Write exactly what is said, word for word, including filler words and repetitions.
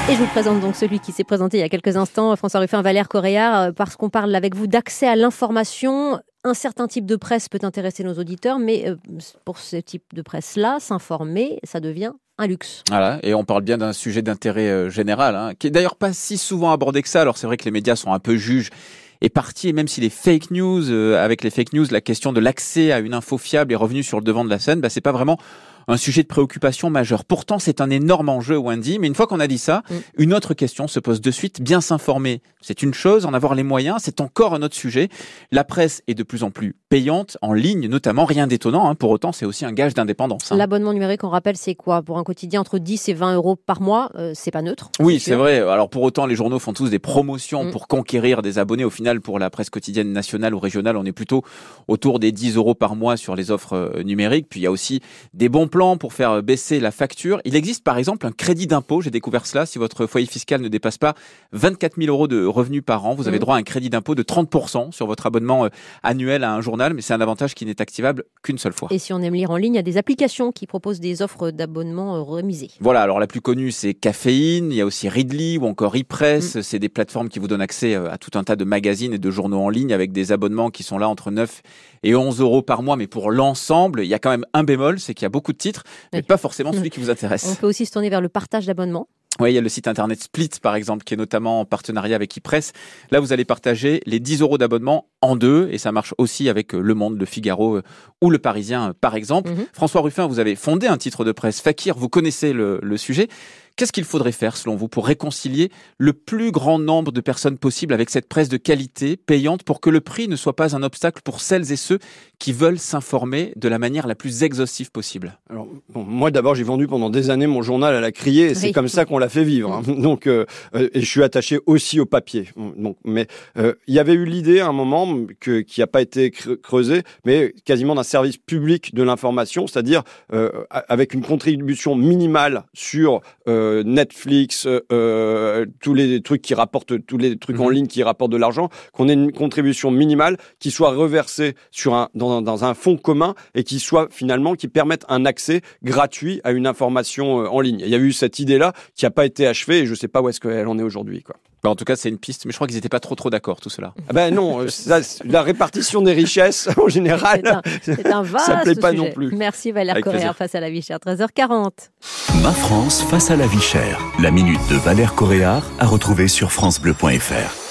Et je vous présente donc celui qui s'est présenté il y a quelques instants, François Ruffin, Valère Coréard, parce qu'on parle avec vous d'accès à l'information. Un certain type de presse peut intéresser nos auditeurs, mais pour ce type de presse-là, s'informer, ça devient un luxe. Voilà, et on parle bien d'un sujet d'intérêt général, hein, qui est d'ailleurs pas si souvent abordé que ça. Alors c'est vrai que les médias sont un peu juges et partis, et même si les fake news, euh, avec les fake news, la question de l'accès à une info fiable est revenue sur le devant de la scène, bah, c'est pas vraiment un sujet de préoccupation majeur. Pourtant, c'est un énorme enjeu, Wendy. Mais une fois qu'on a dit ça, mmh. une autre question se pose de suite. Bien s'informer, c'est une chose. En avoir les moyens, c'est encore un autre sujet. La presse est de plus en plus payante, en ligne notamment. Rien d'étonnant. Hein. Pour autant, c'est aussi un gage d'indépendance. Hein. L'abonnement numérique, on rappelle, c'est quoi? Pour un quotidien, entre dix et vingt euros par mois, euh, c'est pas neutre. Oui, c'est, c'est vrai. Alors pour autant, les journaux font tous des promotions mmh. pour conquérir des abonnés. Au final, pour la presse quotidienne nationale ou régionale, on est plutôt autour des dix euros par mois sur les offres numériques. Puis il y a aussi des bons plans pour faire baisser baisser la facture. Il existe par exemple un crédit d'impôt, j'ai découvert cela, si votre foyer fiscal ne dépasse pas vingt-quatre mille euros de revenus par an, vous avez droit à un crédit d'impôt de trente pour cent sur votre abonnement annuel à un journal, mais c'est un avantage qui n'est activable qu'une seule fois. Et si on aime lire en ligne, il y a des applications qui proposent des offres d'abonnement remisées. Voilà, alors la plus connue c'est Caféine, il y a aussi Readly ou encore ePress, mmh. c'est des plateformes qui vous donnent accès à tout un tas de magazines et de journaux en ligne avec des abonnements qui sont là entre neuf et onze euros par mois, mais pour l'ensemble, il y a quand même un bémol, c'est qu'il y a beaucoup de titres, mais oui. pas forcément celui qui vous intéresse. On peut aussi se tourner vers le partage d'abonnements. Oui, il y a le site internet Split, par exemple, qui est notamment en partenariat avec ePress. Là, vous allez partager les dix euros d'abonnement en deux, et ça marche aussi avec Le Monde, Le Figaro ou Le Parisien, par exemple. Mm-hmm. François Ruffin, vous avez fondé un titre de presse, Fakir, vous connaissez le, le sujet. Qu'est-ce qu'il faudrait faire, selon vous, pour réconcilier le plus grand nombre de personnes possible avec cette presse de qualité, payante, pour que le prix ne soit pas un obstacle pour celles et ceux qui veulent s'informer de la manière la plus exhaustive possible? Alors, bon, moi, d'abord, j'ai vendu pendant des années mon journal à la criée, et c'est oui. comme ça qu'on l'a fait vivre. Hein. Donc, euh, et je suis attaché aussi au papier. Donc, mais euh, il y avait eu l'idée, à un moment, que, qui n'a pas été creusée, mais quasiment d'un service public de l'information, c'est-à-dire euh, avec une contribution minimale sur euh, Netflix, euh, tous les trucs qui rapportent, tous les trucs mmh. en ligne qui rapportent de l'argent, qu'on ait une contribution minimale qui soit reversée sur un, dans, dans un fonds commun et qui soit finalement, qui permette un accès gratuit à une information euh, en ligne. Il y a eu cette idée-là qui n'a pas été achevée et je ne sais pas où est-ce qu'elle en est aujourd'hui, quoi. Bah en tout cas, c'est une piste, mais je crois qu'ils n'étaient pas trop trop d'accord, tout cela. Ah ben non, ça, la répartition des richesses, en général, c'est un, c'est un vaste ça ne plaît pas sujet. non plus. Merci Valère Coréard, face à la vie chère, treize heures quarante. Ma France face à la vie chère, la minute de Valère Coréard à retrouver sur francebleu point fr.